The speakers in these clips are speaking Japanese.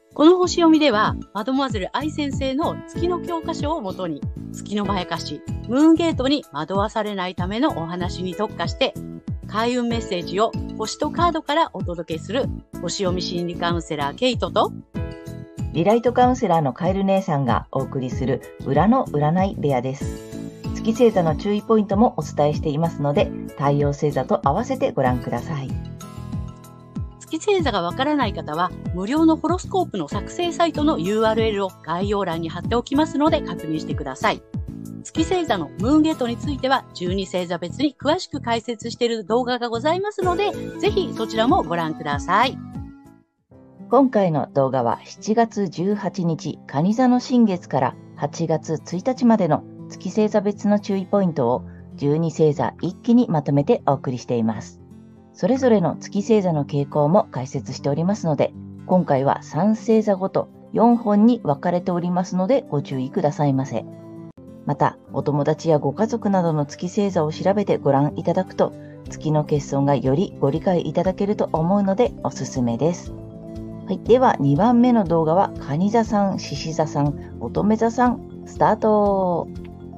この星読みでは、マドモアゼル愛先生の月の教科書をもとに、月のまやかし、ムーンゲートに惑わされないためのお話に特化して、開運メッセージを星とカードからお届けする、星読み心理カウンセラーケイトと、 リライトカウンセラーのカエル姉さんがお送りする裏の占い部屋です。月星座の注意ポイントもお伝えしていますので、太陽星座と合わせてご覧ください。 月星座がわからない方は、無料のホロスコープの作成サイトの URL を概要欄に貼っておきますので確認してください。月星座のムーンゲートについては、12星座別に詳しく解説している動画がございますので、ぜひそちらもご覧ください。 今回の動画は7月18日、蟹座の新月から8月1日までの月星座別の注意ポイントを12星座一気にまとめてお送りしています。それぞれの月星座の傾向も解説しておりますので、今回は3星座ごと4本に分かれておりますのでご注意くださいませ。また、お友達やご家族などの月星座を調べてご覧いただくと、月の欠損がよりご理解いただけると思うのでおすすめです。はい、では2番目の動画は蟹座さん、獅子座さん、乙女座さん、スタート。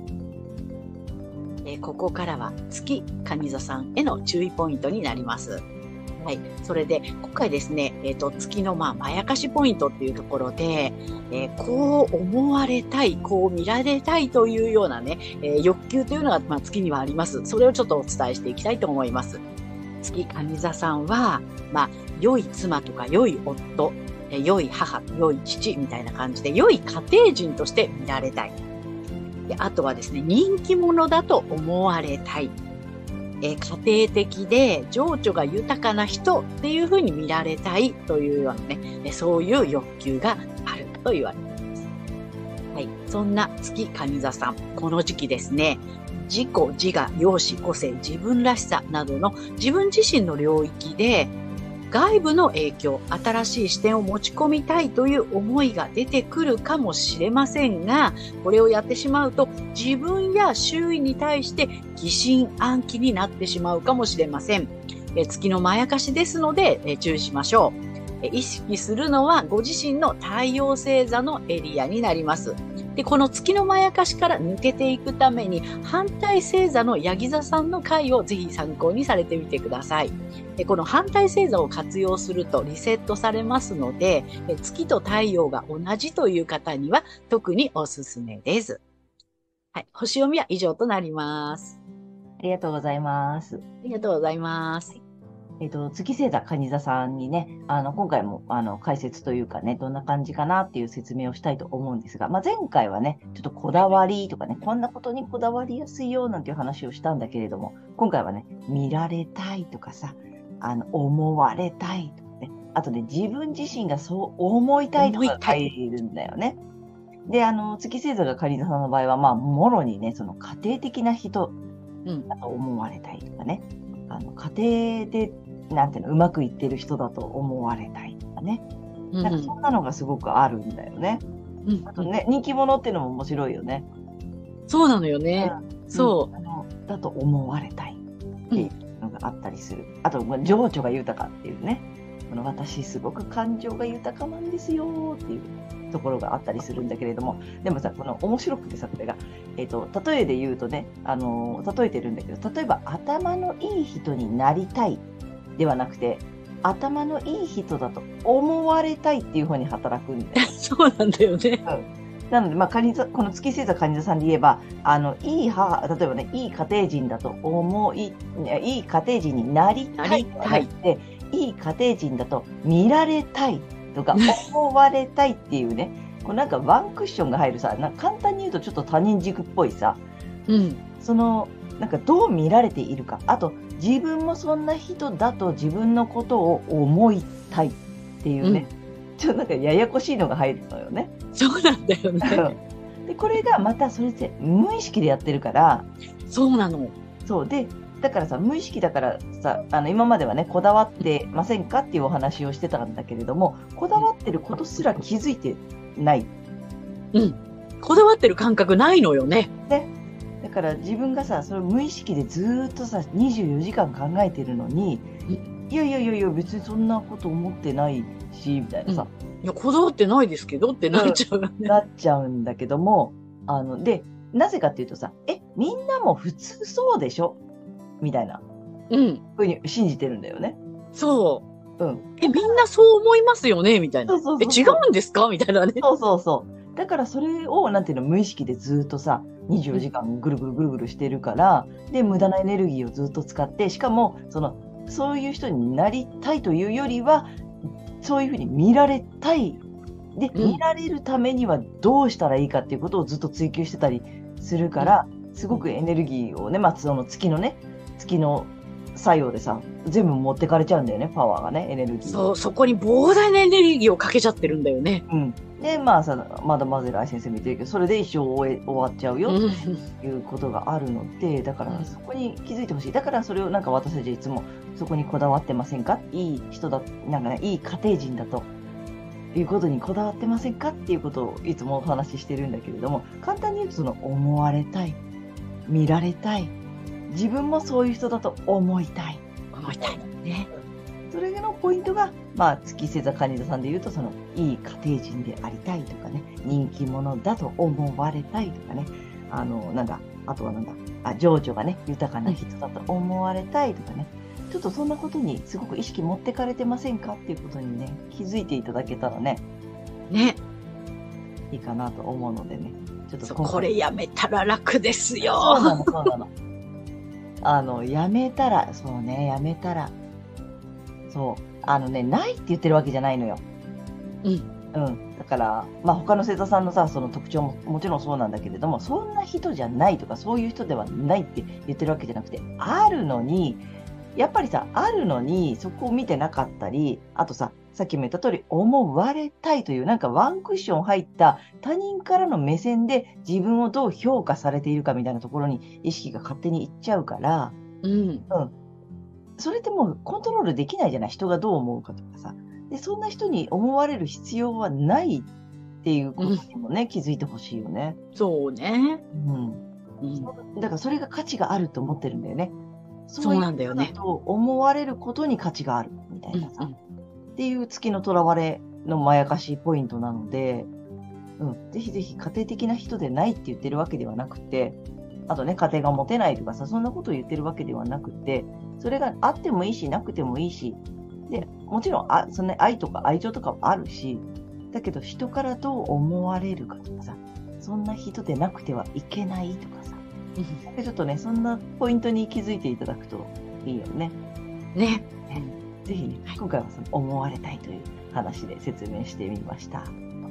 ここからは月蟹座さんへの注意ポイントになります。はい。それで、今回ですね、月のまやかしポイントっていうところで、こう思われたい、こう見られたいというようなね、欲求というのが、月にはあります。それをちょっとお伝えしていきたいと思います。月蟹座さんは、良い妻とか良い夫、良い母、良い父みたいな感じで、良い家庭人として見られたい。で、あとはですね、人気者だと思われたい。家庭的で情緒が豊かな人っていうふうに見られたいというようなね、そういう欲求があると言われています。はい。そんな月蟹座さん、この時期ですね、自己、自我、容姿、個性、自分らしさなどの自分自身の領域で外部の影響、新しい視点を持ち込みたいという思いが出てくるかもしれませんが、これをやってしまうと自分や周囲に対して疑心暗鬼になってしまうかもしれません。月のまやかしですので、注意しましょう。意識するのはご自身の太陽星座のエリアになります。で、この月のまやかしから抜けていくために、反対星座のヤギ座さんの回をぜひ参考にされてみてください。で、この反対星座を活用するとリセットされますので、月と太陽が同じという方には特におすすめです。はい。星読みは以上となります。 ありがとうございます。 ありがとうございます。 月星座蟹座さんにね、今回も解説というかね、どんな感じかなっていう説明をしたいと思うんですが、前回はね、ちょっとこだわりとかね、こんなことにこだわりやすいよなんていう話をしたんだけれども、今回はね、見られたいとかさ、思われたいとかね、あとね、自分自身がそう思いたいとか書いているんだよね。で、月星座が蟹座さんの場合は、もろにね、その家庭的な人だと思われたいとかね、家庭でなんていうの、うまくいってる人だと思われたいとかね。なんかそんなのがすごくあるんだよね。あとね、人気者っていうのも面白いよね。 そうなのよね。そう。 だと思われたいっていうのがあったりする。あと、情緒が豊かっていうね。私すごく感情が豊かなんですよっていうところがあったりするんだけれども、でもさ、この面白くてさ、これが、例えで言うとね、例えてるんだけど、例えば頭のいい人になりたいではなくて、頭のいい人だと思われたいっていう方に働くんだよ。 そうなんだよね。 なので、この月星座蟹座さんで言えば、いい母、例えばね、いい家庭人だといい家庭人になりたいと言って、いい家庭人だと見られたいとか、思われたいっていうね、こうなんかワンクッションが入るさ、簡単に言うとちょっと他人軸っぽいさ、なんかどう見られているか、あと自分もそんな人だと自分のことを思いたいっていうね、ちょっとなんかややこしいのが入るのよね。 そうなんだよね。 で、これがまたそれって無意識でやってるから。 そうなの。 そうで、だからさ、無意識だからさ、今まではね、こだわってませんかっていうお話をしてたんだけれども、こだわってることすら気づいてない。 こだわってる感覚ないのよね。 だから自分がさ、それを無意識でずーっとさ、24時間考えてるのに、いや、別にそんなこと思ってないし、みたいなさ。 いや、こだわってないですけどってなっちゃうよね。 なっちゃうんだけども、で、なぜかっていうとさ、みんなも普通そうでしょみたいなふうに信じてるんだよね。 そう。 みんなそう思いますよねみたいな。 そう違うんですかみたいなね。 そう。だからそれを、なんていうの、無意識でずっとさ、24時間ぐるぐるしてるから、で、無駄なエネルギーをずっと使って、しかも、そういう人になりたいというよりは、そういうふうに見られたい。で、見られるためにはどうしたらいいかっていうことをずっと追求してたりするから、すごくエネルギーをね、月の作用でさ、全部持ってかれちゃうんだよね、パワーがね、エネルギー。 そう、そこに膨大なエネルギーをかけちゃってるんだよね。 で、まだマゼライ先生も言ってるけど、それで一生終わっちゃうよっていうことがあるので、だからそこに気づいてほしい。だからそれをなんか私たちいつもそこにこだわってませんか？いい人だ、なんかね、いい家庭人だということにこだわってませんかっていうことをいつもお話ししてるんだけれども、簡単に言うと思われたい、見られたい、自分もそういう人だと思いたい。 ね。 それのポイントが、月星座蟹座さんで言うと、いい家庭人でありたいとかね、人気者だと思われたいとかね、あとは情緒がね、豊かな人だと思われたいとかね、ちょっとそんなことにすごく意識持ってかれてませんかっていうことにね、気づいていただけたらね、いいかなと思うのでね、ちょっとこれやめたら楽ですよ。 そうなの。やめたら、ないって言ってるわけじゃないのよ。だから、他の星座さんのさ、その特徴ももちろんそうなんだけれども、そんな人じゃないとか、そういう人ではないって言ってるわけじゃなくて、あるのに、そこを見てなかったり、あとさっきも言った通り、思われたいという、なんかワンクッション入った他人からの目線で自分をどう評価されているかみたいなところに意識が勝手にいっちゃうから、それってもうコントロールできないじゃない、人がどう思うかとかさ。で、そんな人に思われる必要はないっていうことにもね、気づいてほしいよね。 そうね。 だからそれが価値があると思ってるんだよね。 そうなんだよね。 と思われることに価値があるみたいなさ、っていう月のとらわれのまやかしポイントなので、ぜひぜひ家庭的な人でないって言ってるわけではなくて、あとね、家庭が持てないとかさ、そんなことを言ってるわけではなくて、それがあってもいいし、なくてもいいし、で、もちろん、その愛とか愛情とかもあるし、だけど人からどう思われるかとかさ、そんな人でなくてはいけないとかさ、ちょっとね、そんなポイントに気づいていただくといいよね。ぜひね、今回は思われたいという話で説明してみました。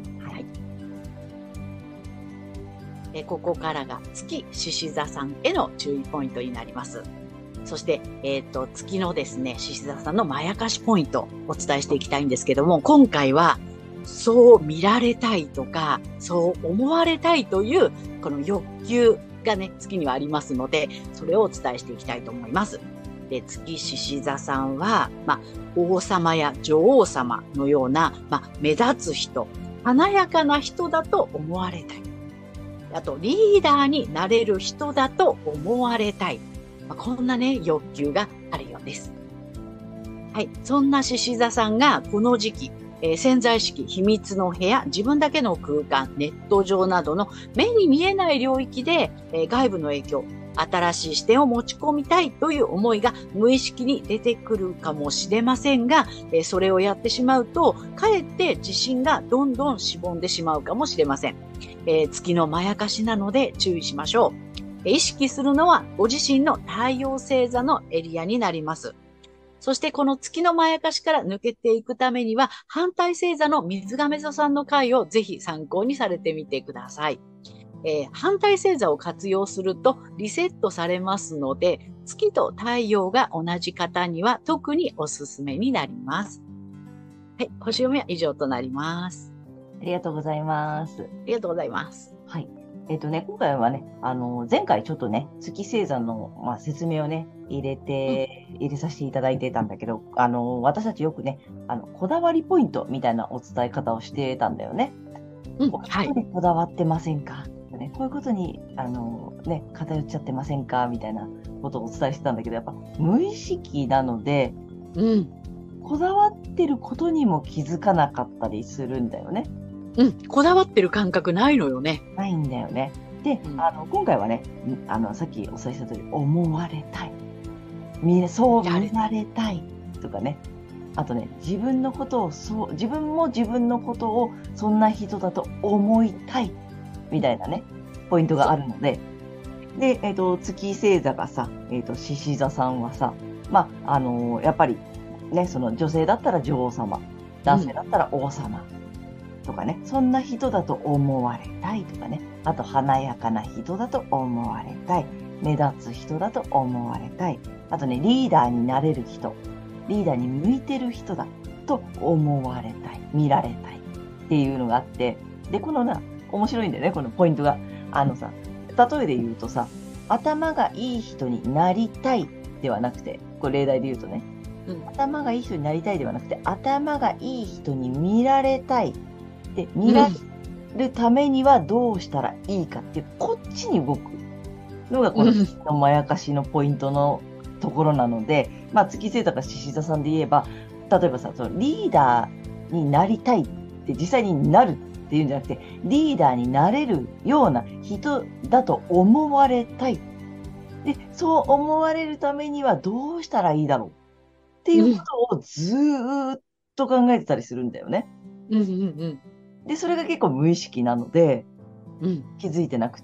ここからが月獅子座さんへの注意ポイントになります。そして、月のですね、獅子座さんのまやかしポイントをお伝えしていきたいんですけども、今回は、そう見られたいとか、そう思われたいという、この欲求がね、月にはありますので、それをお伝えしていきたいと思います。で、月獅子座さんは、王様や女王様のような、目立つ人、華やかな人だと思われたい。あと、リーダーになれる人だと思われたい。こんなね、欲求があるようです。はい。そんな獅子座さんがこの時期、潜在意識、秘密の部屋、自分だけの空間、ネット上などの目に見えない領域で、外部の影響、新しい視点を持ち込みたいという思いが無意識に出てくるかもしれませんが、それをやってしまうと、かえって自信がどんどんしぼんでしまうかもしれません。月のまやかしなので注意しましょう。意識するのはご自身の太陽星座のエリアになります。そしてこの月のまやかしから抜けていくためには、反対星座の水亀座さんの回をぜひ参考にされてみてください。反対星座を活用するとリセットされますので、月と太陽が同じ方には特におすすめになります。はい、星読みは以上となります。 ありがとうございます。 ありがとうございます。 はい。今回はね、前回ちょっとね、月星座の、説明をね、入れさせていただいてたんだけど、私たちよくね、こだわりポイントみたいなお伝え方をしてたんだよね。はい。こだわってませんか、ね、こういうことに、偏っちゃってませんかみたいなことをお伝えしてたんだけど、やっぱ無意識なので、 こだわってることにも気づかなかったりするんだよね。 うん。こだわってる感覚ないのよね。 ないんだよね。で、今回はね、さっきお伝えした通り、思われたい。そう見られたいとかね。あとね、自分も自分のことをそんな人だと思いたい。みたいなね、ポイントがあるので。で、月星座がさ、獅子座さんはさ、やっぱり、ね、その女性だったら女王様、男性だったら王様とかね、そんな人だと思われたいとかね、あと華やかな人だと思われたい、目立つ人だと思われたい、あとね、リーダーになれる人、リーダーに向いてる人だと思われたい、見られたいっていうのがあって、で、この面白いんだよね、このポイントが。例えで言うとさ、頭がいい人になりたいではなくて、これ例題で言うとね、頭がいい人になりたいではなくて、頭がいい人に見られたい。で、見られるためにはどうしたらいいかっていう、こっちに動くのがこのまやかしのポイントのところなので、月星座か獅子座さんで言えば、例えばさ、そのリーダーになりたいって実際になるっていうんじゃなくて、リーダーになれるような人だと思われたい。で、そう思われるためにはどうしたらいいだろうっていうことをずーっと考えてたりするんだよね。で、それが結構無意識なので、気づいてなくって、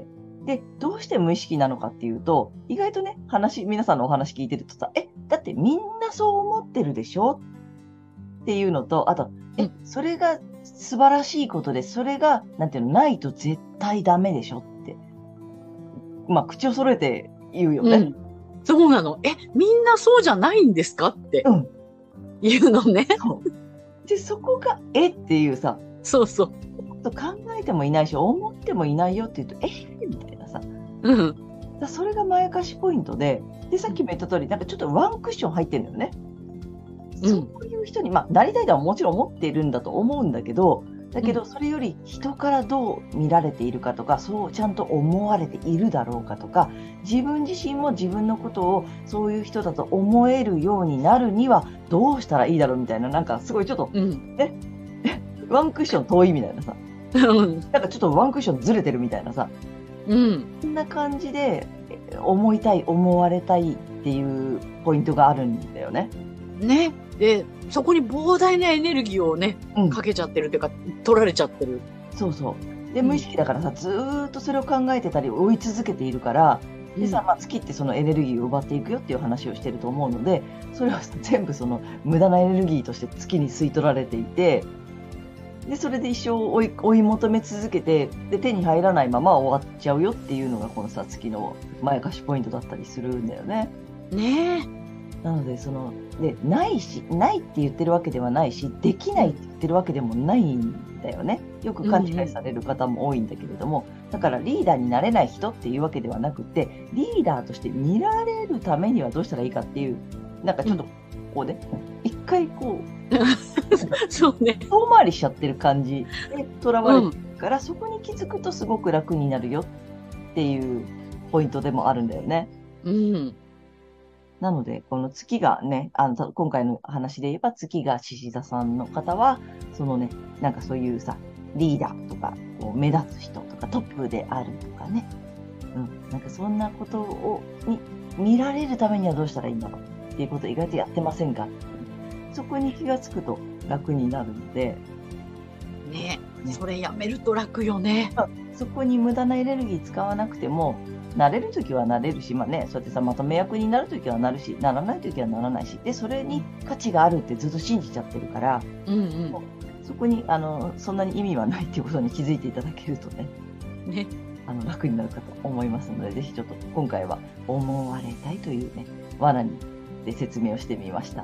で、どうして無意識なのかっていうと、意外とね、皆さんのお話聞いてるとさ、だってみんなそう思ってるでしょっていうのと、あと、それが素晴らしいことで、それが、ないと絶対ダメでしょって。口を揃えて言うよね。 そうなの。みんなそうじゃないんですかって。言うのね。 で、そこが、っていうさ。 そうそう。 考えてもいないし、思ってもいないよって言うと、みたいなさ。それがまやかしポイントで、さっきも言った通り、ちょっとワンクッション入ってるんだよね。そういう人に、なりたいとはもちろん思っているんだと思うんだけど、それより人からどう見られているかとか、そうちゃんと思われているだろうかとか、自分自身も自分のことをそういう人だと思えるようになるにはどうしたらいいだろうみたいな、すごいちょっと、ワンクッション遠いみたいなさ、ちょっとワンクッションずれてるみたいなさ、そんな感じで思いたい、思われたいっていうポイントがあるんだよね。 ね。で、そこに膨大なエネルギーをね、かけちゃってるっていうか、取られちゃってる。 そうそう。で、無意識だからさ、ずーっとそれを考えてたり、追い続けているから、でさ、月ってそのエネルギーを奪っていくよっていう話をしてると思うので、それは全部その無駄なエネルギーとして月に吸い取られていて、で、それで一生追い求め続けて、で、手に入らないまま終わっちゃうよっていうのがこのさ、月のまやかしポイントだったりするんだよね。 ねえ。 なので、ないって言ってるわけではないし、できないって言ってるわけでもないんだよね。よく勘違いされる方も多いんだけれども、だからリーダーになれない人っていうわけではなくて、リーダーとして見られるためにはどうしたらいいかっていう、ちょっとこうね、一回そうね。 遠回りしちゃってる感じでとらわれてるから、そこに気づくとすごく楽になるよっていうポイントでもあるんだよね。なので、この月がね、今回の話で言えば月が獅子座さんの方は、そういうさ、リーダーとか、目立つ人とか、トップであるとかね。そんなことに見られるためにはどうしたらいいんだろうっていうことを意外とやってませんか？そこに気がつくと楽になるので。 ね、それやめると楽よね。 そこに無駄なエネルギー使わなくても、なれるときはなれるし、そうやってさ、まとめ役になるときはなるし、ならないときはならないし、で、それに価値があるってずっと信じちゃってるから、そこに、そんなに意味はないっていうことに気づいていただけるとね、楽になるかと思いますので、ぜひちょっと今回は思われたいというね、罠で説明をしてみました。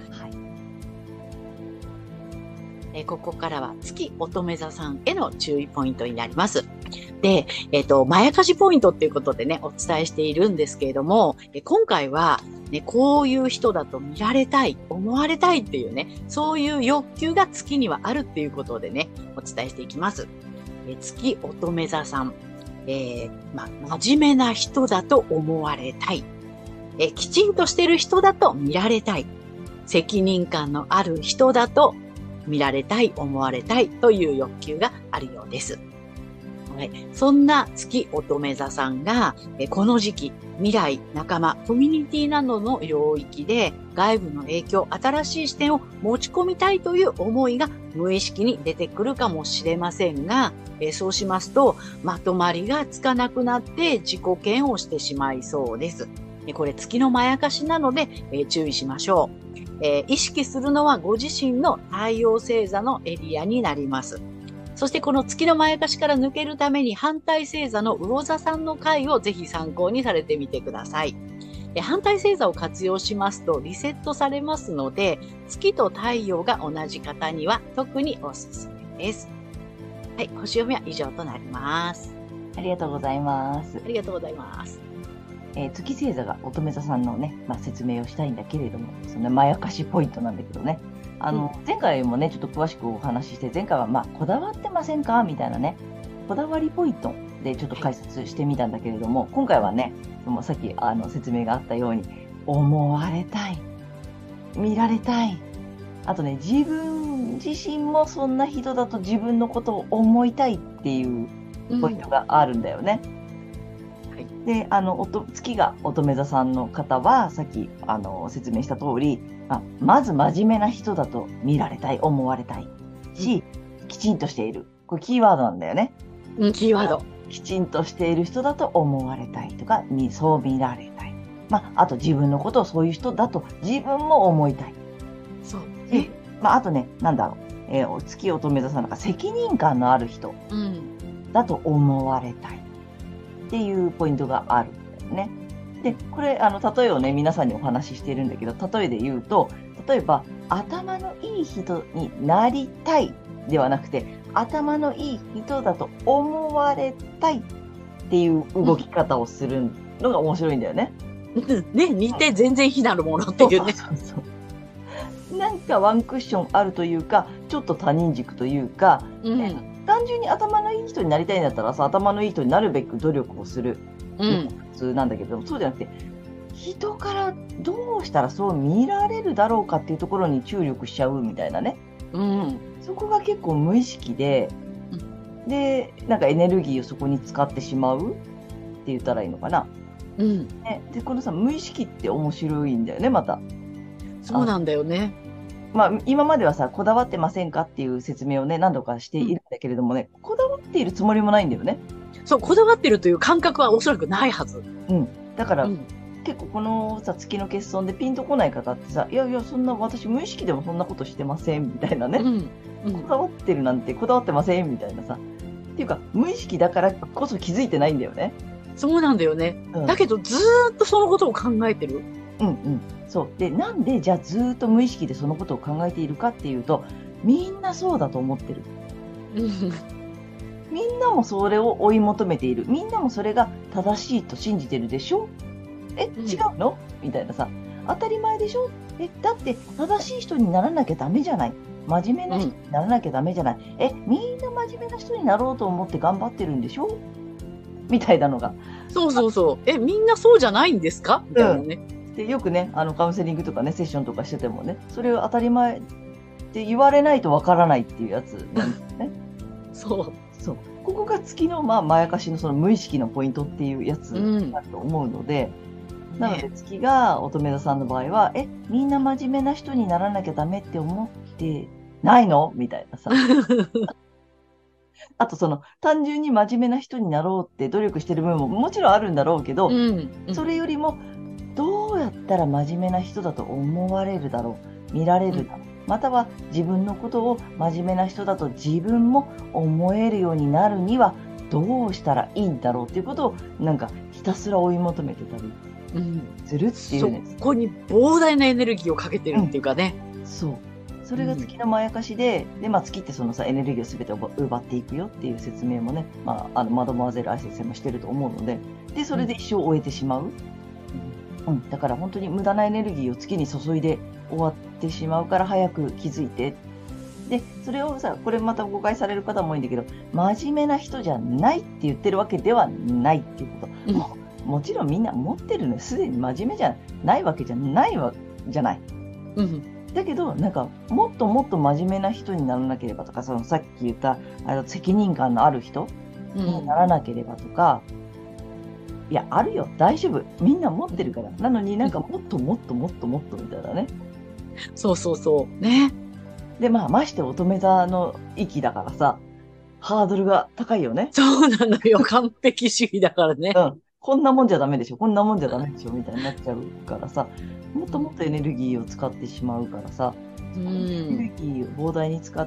ここからは月乙女座さんへの注意ポイントになります。で、まやかしポイントっていうことでね、お伝えしているんですけれども、今回は、ね、こういう人だと見られたい、思われたいっていうね、そういう欲求が月にはあるっていうことでね、お伝えしていきます。月乙女座さん、真面目な人だと思われたい。きちんとしてる人だと見られたい。 責任感のある人だと見られたい、思われたいという欲求があるようです。はい、そんな月乙女座さんが、この時期、未来、仲間、コミュニティなどの領域で外部の影響、新しい視点を持ち込みたいという思いが無意識に出てくるかもしれませんが、そうしますと、まとまりがつかなくなって自己嫌悪してしまいそうです。これ月のまやかしなので、注意しましょう。意識するのはご自身の太陽星座のエリアになります。そしてこの月のまやかしから抜けるために反対星座の魚座さんの回をぜひ参考にされてみてください。反対星座を活用しますとリセットされますので、月と太陽が同じ方には特におすすめです。はい、星読みは以上となります。 ありがとうございます。 ありがとうございます。 月星座が乙女座さんのね、説明をしたいんだけれども、そのまやかしポイントなんだけどね。前回もね、ちょっと詳しくお話しして、前回はこだわってませんかみたいなね、こだわりポイントでちょっと解説してみたんだけれども、今回はね、もうさっき説明があったように、思われたい、見られたい、あとね、自分自身もそんな人だと自分のことを思いたいっていうポイントがあるんだよね。で、月が乙女座さんの方は、さっき、説明した通り、まず真面目な人だと見られたい、思われたいし、きちんとしている。これキーワードなんだよね。 キーワード。 きちんとしている人だと思われたいとか、そう見られたい。あと自分のことをそういう人だと自分も思いたい。 そう。 あとね、月乙女座さんなんか責任感のある人だと思われたい。っていうポイントがあるんだよね。で、これ、例えをね、皆さんにお話ししているんだけど、例えで言うと、例えば、頭のいい人になりたいではなくて、頭のいい人だと思われたいっていう動き方をするのが面白いんだよね。 ね、似て全然非なるものっていうね。 そう。なんかワンクッションあるというか、ちょっと他人軸というか、単純に頭のいい人になりたいんだったらさ、頭のいい人になるべく努力をする。普通なんだけど、そうじゃなくて、人からどうしたらそう見られるだろうかっていうところに注力しちゃうみたいなね。そこが結構無意識で、で、なんかエネルギーをそこに使ってしまうって言ったらいいのかな。で、このさ、無意識って面白いんだよね、また。 そうなんだよね。 今まではさ、こだわってませんかっていう説明をね、何度かしているんだけれどもね、こだわっているつもりもないんだよね。 そう、こだわってるという感覚はおそらくないはず。 だから、結構このさ、月の欠損でピンとこない方ってさ、いやいや、そんな、私無意識でもそんなことしてません、みたいなね。こだわってるなんて、こだわってません、みたいなさ。っていうか、無意識だからこそ気づいてないんだよね。 そうなんだよね。だけど、ずーっとそのことを考えてる。 そう。で、なんで、じゃあずーっと無意識でそのことを考えているかっていうと、みんなそうだと思ってる。みんなもそれを追い求めている。みんなもそれが正しいと信じてるでしょ？違うの？みたいなさ。当たり前でしょ？だって正しい人にならなきゃダメじゃない。真面目な人にならなきゃダメじゃない。みんな真面目な人になろうと思って頑張ってるんでしょ？みたいなのが。 そう。みんなそうじゃないんですか？みたいなね。 で、よくね、カウンセリングとかね、セッションとかしててもね、それを当たり前って言われないとわからないっていうやつなんですね。そう。ここが月の、まやかしのその無意識のポイントっていうやつだと思うので、なので月が乙女座さんの場合は、みんな真面目な人にならなきゃダメって思ってないの？みたいなさ。あと単純に真面目な人になろうって努力してる部分ももちろんあるんだろうけど、それよりも、どうやったら真面目な人だと思われるだろう、見られるだろう、または自分のことを真面目な人だと自分も思えるようになるにはどうしたらいいんだろうっていうことをなんかひたすら追い求めてたりするっていうね。 そこに膨大なエネルギーをかけてるっていうかね。 それが月のまやかしで、月ってそのさ、エネルギーをすべて奪っていくよっていう説明もね、マドモアゼル愛先生もしてると思うので、で、それで一生終えてしまう。だから本当に無駄なエネルギーを月に注いで終わってしまうから早く気づいて。で、それをさ、これまた誤解される方も多いんだけど、真面目な人じゃないって言ってるわけではないっていうこと。もちろんみんな持ってるのよ。すでに真面目じゃないわけじゃないわじゃない。 だけど、なんか、もっともっと真面目な人にならなければとか、さっき言った、責任感のある人にならなければとか、いや、あるよ、大丈夫。みんな持ってるから。なのになんか、もっともっともっともっとみたいなね。 そうそうそう。ね。 で、まして乙女座の域だからさ、ハードルが高いよね。 そうなのよ。完璧主義だからね。 うん。こんなもんじゃダメでしょ、こんなもんじゃダメでしょ、みたいになっちゃうからさ、もっともっとエネルギーを使ってしまうからさ、エネルギーを膨大に使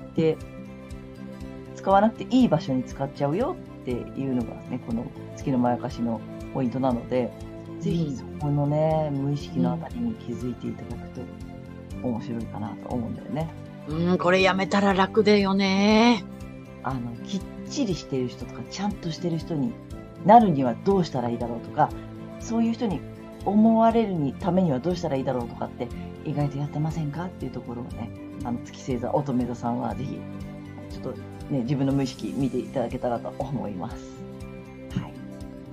わなくていい場所に使っちゃうよっていうのがね、この月のまやかしのポイントなので、ぜひそこのね、無意識のあたりに気づいていただくと面白いかなと思うんだよね。 これやめたら楽だよね。 きっちりしてる人とか、ちゃんとしてる人になるにはどうしたらいいだろうとか、そういう人に思われるためにはどうしたらいいだろうとかって意外とやってませんかっていうところをね、月星座、乙女座さんはぜひ、ちょっとね、自分の無意識見ていただけたらと思います。はい。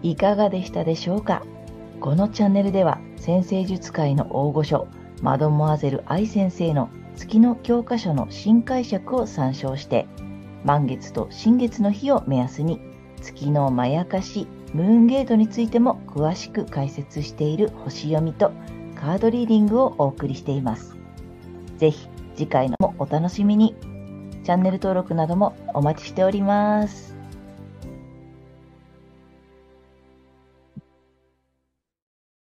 いかがでしたでしょうか？このチャンネルでは、占星術界の大御所、マドモアゼル愛先生の月の教科書の新解釈を参照して、満月と新月の日を目安に、月のまやかし、ムーンゲートについても詳しく解説している星読みとカードリーディングをお送りしています。ぜひ次回のもお楽しみに。チャンネル登録などもお待ちしております。